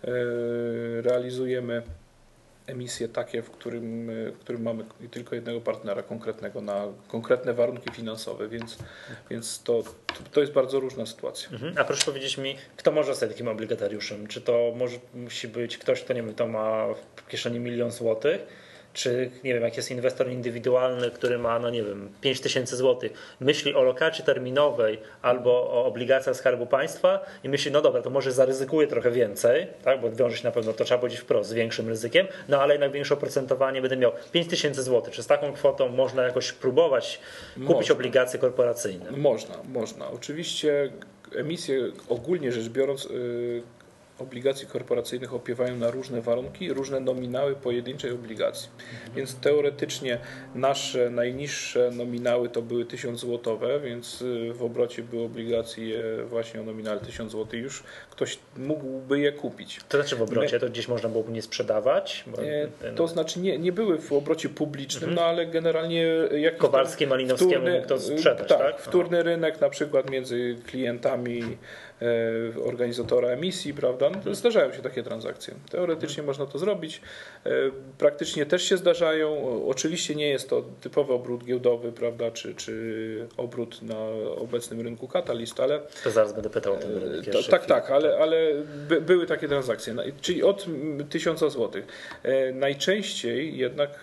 realizujemy emisje takie, w którym, w którym mamy tylko jednego partnera konkretnego na konkretne warunki finansowe, więc, więc to, to jest bardzo różna sytuacja. Mhm. A proszę powiedzieć mi, kto może zostać takim obligatariuszem? Czy to może, musi być ktoś, kto nie wiem, to ma w kieszeni milion złotych? Czy nie wiem, jak jest inwestor indywidualny, który ma, no nie wiem, pięć tysięcy złotych, myśli o lokacie terminowej albo o obligacjach Skarbu Państwa i myśli, no dobra, to może zaryzykuję trochę więcej, tak, bo wiąże się na pewno, to trzeba powiedzieć wprost, z większym ryzykiem, no ale jednak większe oprocentowanie, będę miał pięć tysięcy złotych. Czy z taką kwotą można jakoś próbować kupić można. obligacje korporacyjne? Można, można. Oczywiście emisje, ogólnie rzecz biorąc, yy... obligacji korporacyjnych opiewają na różne warunki, różne nominały pojedynczej obligacji. Mhm. Więc teoretycznie nasze najniższe nominały to były tysiąc złotowe, więc w obrocie były obligacje właśnie o nominale tysiąc złotych. Już ktoś mógłby je kupić. To znaczy w obrocie My, to gdzieś można byłoby nie sprzedawać? Bo, to no. znaczy nie, nie były w obrocie publicznym, mhm. no ale generalnie jakiś Kowalski, Malinowskiemu wtórny, mógł to sprzedać, tak? tak? Wtórny Aha. rynek na przykład między klientami organizatora emisji, prawda? No to zdarzają się takie transakcje. Teoretycznie hmm. można to zrobić. Praktycznie też się zdarzają. Oczywiście nie jest to typowy obrót giełdowy, prawda? Czy, czy obrót na obecnym rynku Catalyst, ale... To zaraz będę pytał o ten rynek to, Tak, chwilę. tak, ale, ale by, były takie transakcje. Czyli od tysiąca złotych. Najczęściej jednak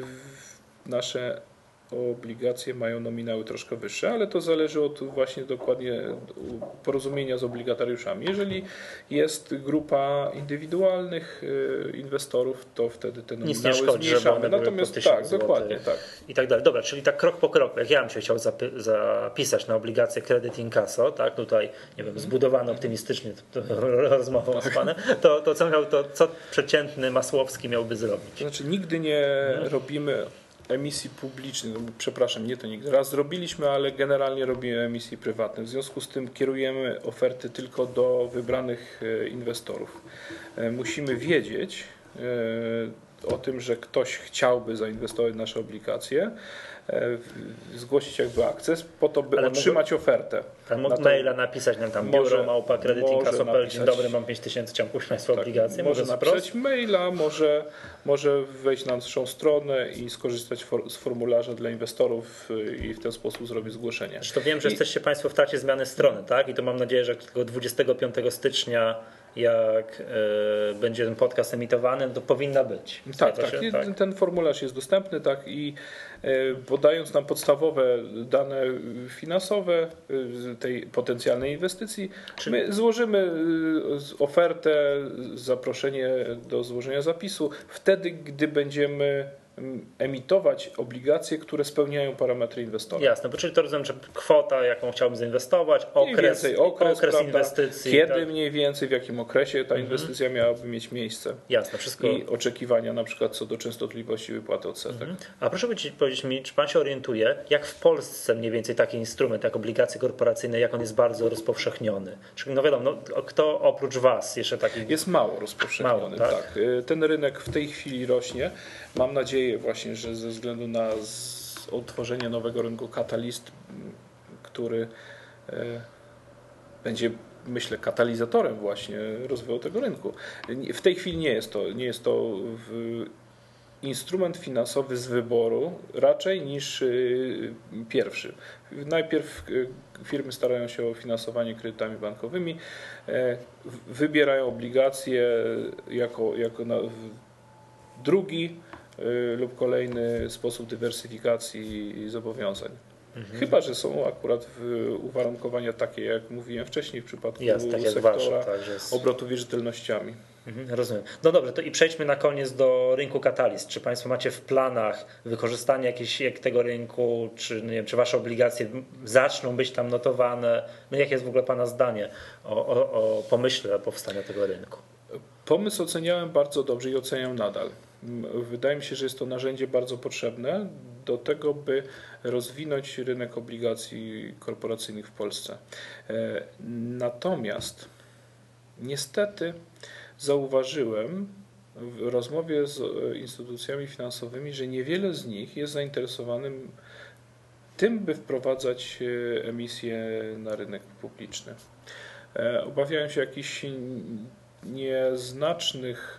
nasze obligacje mają nominały troszkę wyższe, ale to zależy od właśnie dokładnie porozumienia z obligatariuszami. Jeżeli jest grupa indywidualnych inwestorów, to wtedy te nominały Nic nie szkodzi, zmniejszamy. Natomiast tak, dokładnie tak. I tak dalej. Dobra, czyli tak krok po kroku, jak ja bym się chciał zapisać na obligacje Credit Incasso, tak, tutaj, nie wiem, zbudowany optymistycznie rozmową z panem, to, to, co miał, to co przeciętny Masłowski miałby zrobić? To znaczy nigdy nie hmm. robimy emisji publicznych, no, przepraszam, nie to nigdy. Raz zrobiliśmy, ale generalnie robimy emisje prywatne. W związku z tym kierujemy oferty tylko do wybranych inwestorów. musimy wiedzieć o tym, że ktoś chciałby zainwestować w nasze obligacje, zgłosić jakby akces po to, by ale otrzymać mogę, ofertę. Tam na maila to, napisać nam tam biuro małpa kredytinkaso.pl, dzień dobry, mam pięć tysięcy, chciałem kupić Państwa tak, obligacje. Może, może napisać maila, może, może wejść na naszą stronę i skorzystać for, z formularza dla inwestorów i w ten sposób zrobić zgłoszenie. Zresztą wiem, że I... jesteście Państwo w trakcie zmiany strony, tak? I to mam nadzieję, że tego dwudziestego piątego stycznia jak y, będzie ten podcast emitowany, to powinna być. Tak, tak. tak. Ten formularz jest dostępny, tak, i y, podając nam podstawowe dane finansowe y, tej potencjalnej inwestycji, Czyli... my złożymy y, ofertę, zaproszenie do złożenia zapisu wtedy, gdy będziemy emitować obligacje, które spełniają parametry inwestora. Jasne, bo czyli to rozumiem, że kwota, jaką chciałbym zainwestować, okres, więcej, okres, okres inwestycji. Kiedy tak? Mniej więcej, w jakim okresie ta inwestycja mhm. miałaby mieć miejsce. Jasne, wszystko. I oczekiwania na przykład co do częstotliwości wypłaty odsetek. Mhm. A proszę powiedzieć mi, czy Pan się orientuje, jak w Polsce mniej więcej taki instrument, jak obligacje korporacyjne, jak on jest bardzo rozpowszechniony? Czyli no wiadomo, no, kto oprócz Was jeszcze taki... Jest mało rozpowszechniony, mało, tak? tak. Ten rynek w tej chwili rośnie. Mam nadzieję właśnie, że ze względu na utworzenie nowego rynku Catalyst, który będzie, myślę, katalizatorem właśnie rozwoju tego rynku. W tej chwili nie jest to, nie jest to instrument finansowy z wyboru raczej niż pierwszy. Najpierw firmy starają się o finansowanie kredytami bankowymi, wybierają obligacje jako, jako na, drugi lub kolejny sposób dywersyfikacji zobowiązań. Mhm. Chyba że są akurat uwarunkowania takie, jak mówiłem wcześniej w przypadku Jasne, tak sektora wasze, tak, jest... obrotu wierzytelnościami. Mhm, rozumiem. No dobrze, to i przejdźmy na koniec do rynku Catalyst. Czy Państwo macie w planach wykorzystanie jakiegoś jak tego rynku, czy, nie wiem, czy Wasze obligacje zaczną być tam notowane? No jakie jest w ogóle Pana zdanie o, o, o pomyśle powstania tego rynku? Pomysł oceniałem bardzo dobrze i oceniam nadal. Wydaje mi się, że jest to narzędzie bardzo potrzebne do tego, by rozwinąć rynek obligacji korporacyjnych w Polsce. Natomiast niestety zauważyłem w rozmowie z instytucjami finansowymi, że niewiele z nich jest zainteresowanym tym, by wprowadzać emisję na rynek publiczny. Obawiałem się jakichś nieznacznych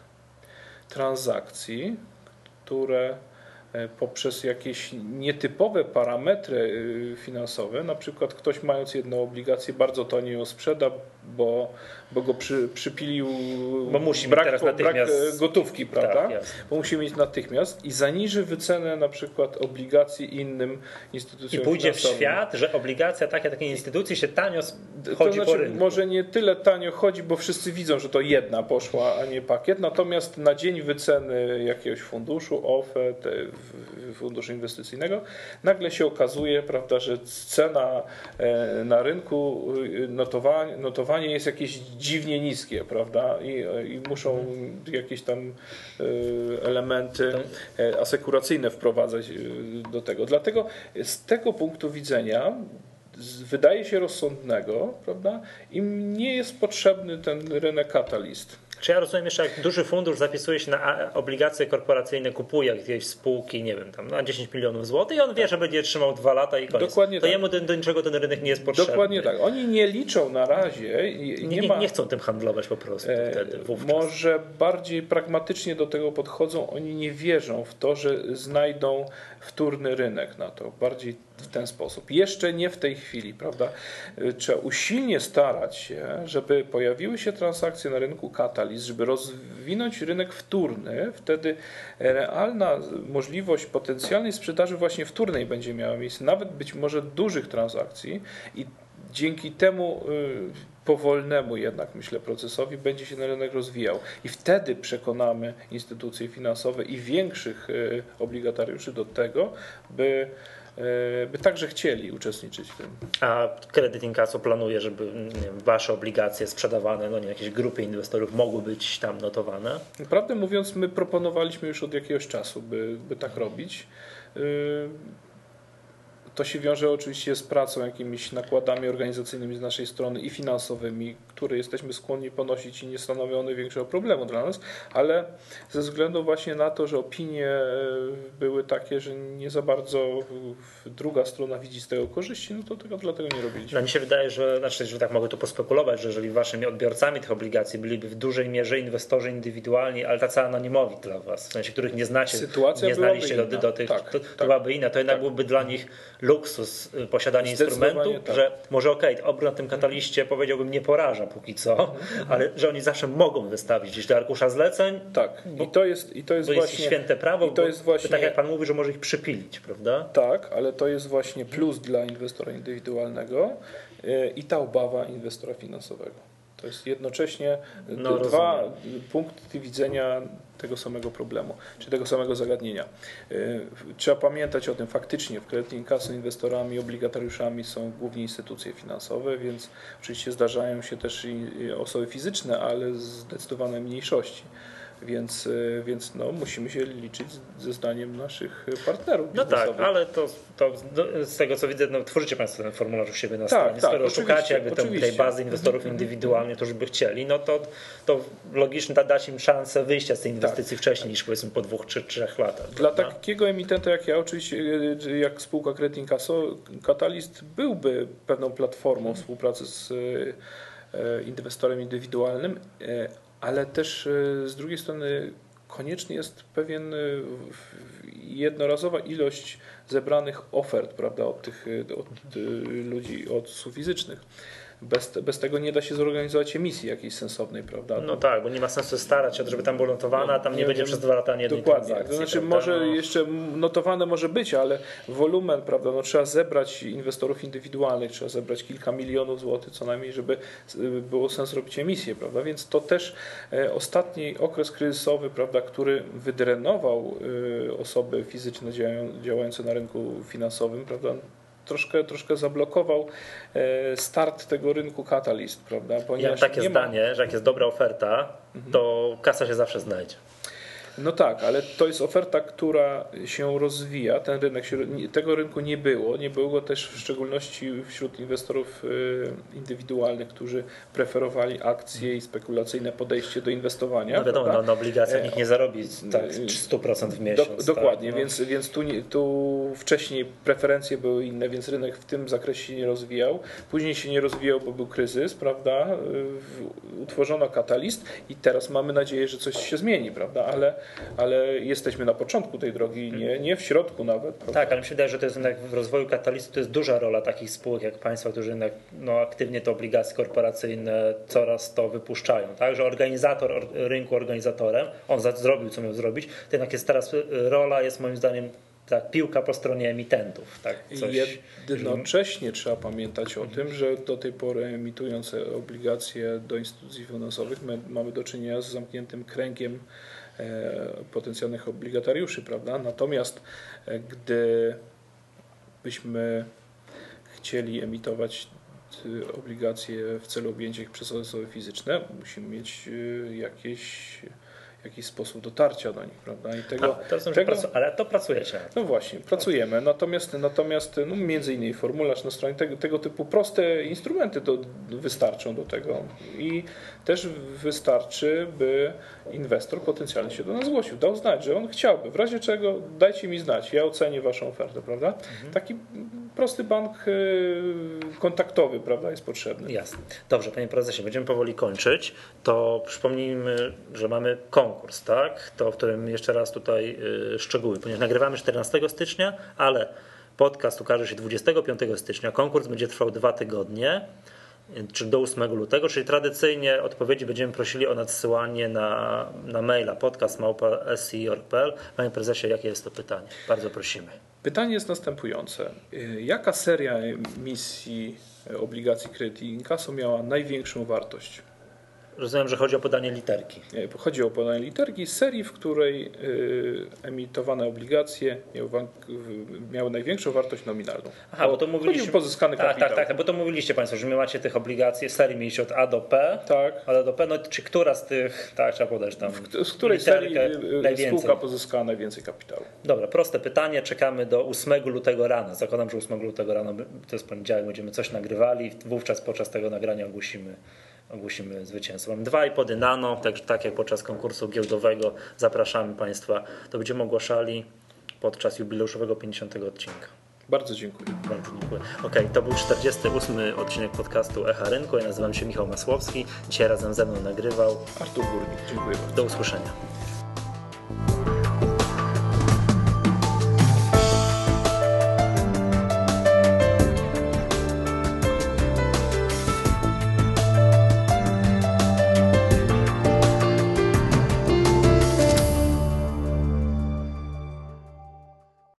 transakcji, które poprzez jakieś nietypowe parametry finansowe, na przykład ktoś mając jedną obligację bardzo tanio ją sprzeda, bo, bo go przy, przypilił bo musi brak, teraz brak gotówki, prawda? Tak, bo musi mieć natychmiast i zaniży wycenę na przykład obligacji innym instytucjom I pójdzie finansowym. w świat, że obligacja takiej takiej instytucji się tanio chodzi to znaczy, po rynku. Może nie tyle tanio chodzi, bo wszyscy widzą, że to jedna poszła, a nie pakiet, natomiast na dzień wyceny jakiegoś funduszu, O F E, te, funduszu inwestycyjnego, nagle się okazuje, prawda, że cena na rynku, notowanie, notowanie jest jakieś dziwnie niskie, prawda, i, i muszą jakieś tam elementy asekuracyjne wprowadzać do tego. Dlatego z tego punktu widzenia wydaje się rozsądnego, prawda, im nie jest potrzebny ten rynek Catalyst. Czy ja rozumiem jeszcze, jak duży fundusz zapisuje się na obligacje korporacyjne, kupuje jakieś spółki, nie wiem, tam na dziesięć milionów złotych i on wie, że będzie trzymał dwa lata i koniec. Dokładnie to tak. jemu do, do niczego ten rynek nie jest potrzebny. Dokładnie tak. Oni nie liczą na razie. Nie, nie, nie, ma, nie chcą tym handlować po prostu e, wtedy. Wówczas. Może bardziej pragmatycznie do tego podchodzą. Oni nie wierzą w to, że znajdą wtórny rynek na to. Bardziej w ten sposób. Jeszcze nie w tej chwili, prawda? Trzeba usilnie starać się, żeby pojawiły się transakcje na rynku Catalyst, żeby rozwinąć rynek wtórny. Wtedy realna możliwość potencjalnej sprzedaży właśnie wtórnej będzie miała miejsce, nawet być może dużych transakcji i dzięki temu powolnemu jednak, myślę, procesowi będzie się ten rynek rozwijał. I wtedy przekonamy instytucje finansowe i większych obligatariuszy do tego, by by także chcieli uczestniczyć w tym. A Kredyt Inkaso planuje, żeby nie wiem, wasze obligacje sprzedawane, no nie, jakieś grupy inwestorów mogły być tam notowane? Prawdę mówiąc, my proponowaliśmy już od jakiegoś czasu, by, by tak robić. To się wiąże oczywiście z pracą, jakimiś nakładami organizacyjnymi z naszej strony i finansowymi, które jesteśmy skłonni ponosić i nie stanowią one większego problemu dla nas, ale ze względu właśnie na to, że opinie były takie, że nie za bardzo druga strona widzi z tego korzyści, no to tego dlatego nie robiliśmy. No, mi się wydaje, że, znaczy, że tak mogę tu pospekulować, że jeżeli waszymi odbiorcami tych obligacji byliby w dużej mierze inwestorzy indywidualni, ale tacy anonimowi dla was, w sensie których nie znacie, sytuacja nie znaliście do, do tych, tak, to, to tak, byłaby inna, to jednak tak. byłby dla nich luksus posiadanie instrumentu, tak. że może okej, okay, obrót na tym kataliście powiedziałbym nie poraża póki co, mm-hmm. ale że oni zawsze mogą wystawić gdzieś do arkusza zleceń. Tak, bo, i to jest, i to jest bo właśnie jest święte prawo, i to jest właśnie, tak jak pan mówi, że może ich przypilić, prawda? Tak, ale to jest właśnie plus dla inwestora indywidualnego i ta obawa inwestora finansowego. To jest jednocześnie no, dwa rozumiem. punkty widzenia tego samego problemu, czy tego samego zagadnienia. Trzeba pamiętać o tym, faktycznie w Credit Incasso inwestorami, obligatariuszami są głównie instytucje finansowe, więc oczywiście zdarzają się też i osoby fizyczne, ale zdecydowane mniejszości. Więc, więc no, musimy się liczyć ze zdaniem naszych partnerów biznesowych. No tak, ale to, to z tego co widzę, no, tworzycie Państwo ten formularz u siebie na tak, stronie. Tak, skoro szukacie jakby tej, tej bazy inwestorów mm-hmm. indywidualnych, którzy by chcieli, no to, to logicznie da, dać im szansę wyjścia z tej inwestycji tak. wcześniej niż powiedzmy po dwóch czy trzech latach. Dla prawda? takiego emitenta jak ja, oczywiście jak spółka Credit Incasso, Catalyst byłby pewną platformą mm. współpracy z e, inwestorem indywidualnym, e, ale też z drugiej strony konieczny jest pewien jednorazowa ilość zebranych ofert, prawda, od tych od ludzi, od osób fizycznych. Bez, bez tego nie da się zorganizować emisji jakiejś sensownej, prawda? No tak, bo nie ma sensu starać się, żeby tam było notowane, a tam nie, nie będzie przez dwa lata ani jednej dokładnie. transakcji. To znaczy prawda? może no. jeszcze notowane może być, ale wolumen, prawda, no trzeba zebrać inwestorów indywidualnych, trzeba zebrać kilka milionów złotych co najmniej, żeby było sens robić emisję, prawda? Więc to też e, ostatni okres kryzysowy, prawda, który wydrenował e, osoby fizyczne działają, działające na rynku finansowym, prawda? Troszkę, troszkę zablokował start tego rynku Catalyst, prawda? Ponieważ ja mam takie nie zdanie, ma... że jak jest dobra oferta, to mhm. kasa się zawsze znajdzie. No tak, ale to jest oferta, która się rozwija. Ten rynek się, tego rynku nie było. Nie było go też w szczególności wśród inwestorów indywidualnych, którzy preferowali akcje i spekulacyjne podejście do inwestowania. No wiadomo, no, na obligacjach nikt nie zarobi tak sto procent w miesiąc. Do, dokładnie, tak, no. więc, więc tu, tu wcześniej preferencje były inne, więc rynek w tym zakresie się nie rozwijał. Później się nie rozwijał, bo był kryzys, prawda? Utworzono Catalyst i teraz mamy nadzieję, że coś się zmieni, prawda? Ale ale jesteśmy na początku tej drogi, nie, nie w środku nawet. Prawda? Tak, ale mi się wydaje, że to jest jednak w rozwoju Catalystu to jest duża rola takich spółek jak państwa, którzy jednak no, aktywnie te obligacje korporacyjne coraz to wypuszczają. Tak? Że organizator rynku organizatorem, on zrobił co miał zrobić, to jednak jest teraz rola, jest moim zdaniem tak, piłka po stronie emitentów. Tak, coś, jednocześnie trzeba pamiętać o mhm. tym, że do tej pory emitując obligacje do instytucji finansowych my mamy do czynienia z zamkniętym kręgiem potencjalnych obligatariuszy, prawda? Natomiast gdy byśmy chcieli emitować obligacje w celu objęcia ich przez osoby fizyczne, musimy mieć jakieś jakiś sposób dotarcia do nich, prawda? I tego, A, to są, tego, pracu- ale to pracujecie. No właśnie, pracujemy. Natomiast, natomiast no między innymi formularz na stronie tego, tego typu proste instrumenty do, wystarczą do tego. I też wystarczy, by inwestor potencjalnie się do nas zgłosił, dał znać, że on chciałby. W razie czego dajcie mi znać, ja ocenię waszą ofertę, prawda? Mhm. Taki prosty bank kontaktowy, prawda, jest potrzebny. Jasne. Dobrze, panie prezesie, będziemy powoli kończyć. To przypomnijmy, że mamy konkurs, tak? To, w którym jeszcze raz tutaj yy, szczegóły, ponieważ nagrywamy czternastego stycznia, ale podcast ukaże się dwudziestego piątego stycznia. Konkurs będzie trwał dwa tygodnie, czyli do ósmego lutego, czyli tradycyjnie odpowiedzi będziemy prosili o nadsyłanie na, na maila podcast małpa s c i kropka org kropka p l. Panie prezesie, jakie jest to pytanie? Bardzo prosimy. Pytanie jest następujące. Jaka seria emisji obligacji Credit Incasso miała największą wartość? Rozumiem, że chodzi o podanie literki. Chodzi o podanie literki z serii, w której y, emitowane obligacje miały, miały największą wartość nominalną. Aha, bo to mówiliście... Chodzi o pozyskany tak, kapitał. tak, tak, bo to mówiliście Państwo, że my macie tych obligacji, serii mieliście od A do P, tak. ale do P, no czy która z tych, tak, trzeba podać tam z której serii spółka pozyskała najwięcej kapitału? Dobra, proste pytanie, czekamy do ósmego lutego rana. Zakładam, że ósmego lutego rano, to jest poniedziałek, będziemy coś nagrywali, wówczas podczas tego nagrania ogłosimy ogłosimy zwycięzcę. Mam dwa i pody nano, tak, tak jak podczas konkursu giełdowego. Zapraszamy Państwa. To będziemy ogłaszali podczas jubileuszowego pięćdziesiątego odcinka. Bardzo dziękuję. Bardzo dziękuję. Okej, okay, to był czterdziesty ósmy odcinek podcastu Echa Rynku. Ja nazywam się Michał Masłowski. Dzisiaj razem ze mną nagrywał Artur Górnik. Dziękuję bardzo. Do usłyszenia.